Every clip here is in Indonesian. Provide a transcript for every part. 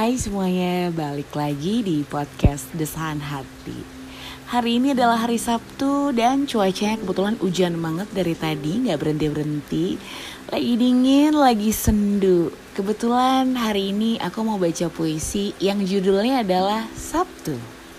Hai semuanya, balik lagi di podcast Desahan Hati. Hari ini adalah hari Sabtu dan cuacanya kebetulan hujan banget dari tadi, gak berhenti-berhenti. Lagi dingin, lagi sendu. Kebetulan hari ini aku mau baca puisi yang judulnya adalah Sabtu.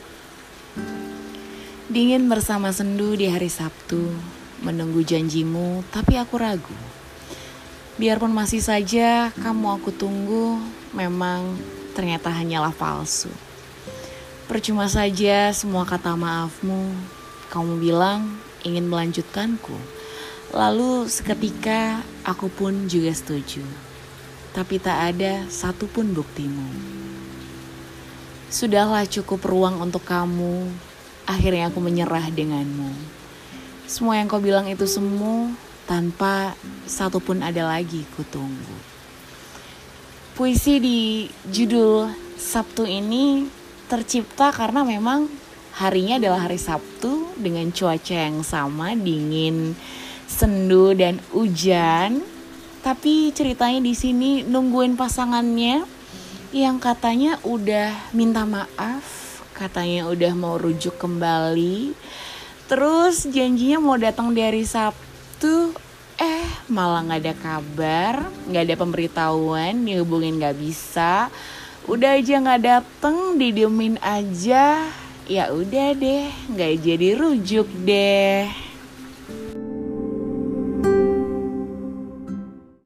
Dingin bersama sendu di hari Sabtu, menunggu janjimu tapi aku ragu. Biarpun masih saja kamu aku tunggu, memang ternyata hanyalah palsu. Percuma saja semua kata maafmu. Kamu bilang ingin melanjutkanku. Lalu seketika aku pun juga setuju. Tapi tak ada satupun buktimu. Sudahlah cukup ruang untuk kamu. Akhirnya aku menyerah denganmu. Semua yang kau bilang itu semu, tanpa satupun ada lagi kutunggu. Puisi di judul Sabtu ini tercipta karena memang harinya adalah hari Sabtu dengan cuaca yang sama, dingin, sendu dan hujan. Tapi ceritanya di sini nungguin pasangannya yang katanya udah minta maaf, katanya udah mau rujuk kembali. Terus janjinya mau datang di hari Sabtu, malah gak ada kabar, gak ada pemberitahuan, dihubungin gak bisa. Udah aja gak dateng, didiemin aja. Ya udah deh, gak jadi rujuk deh.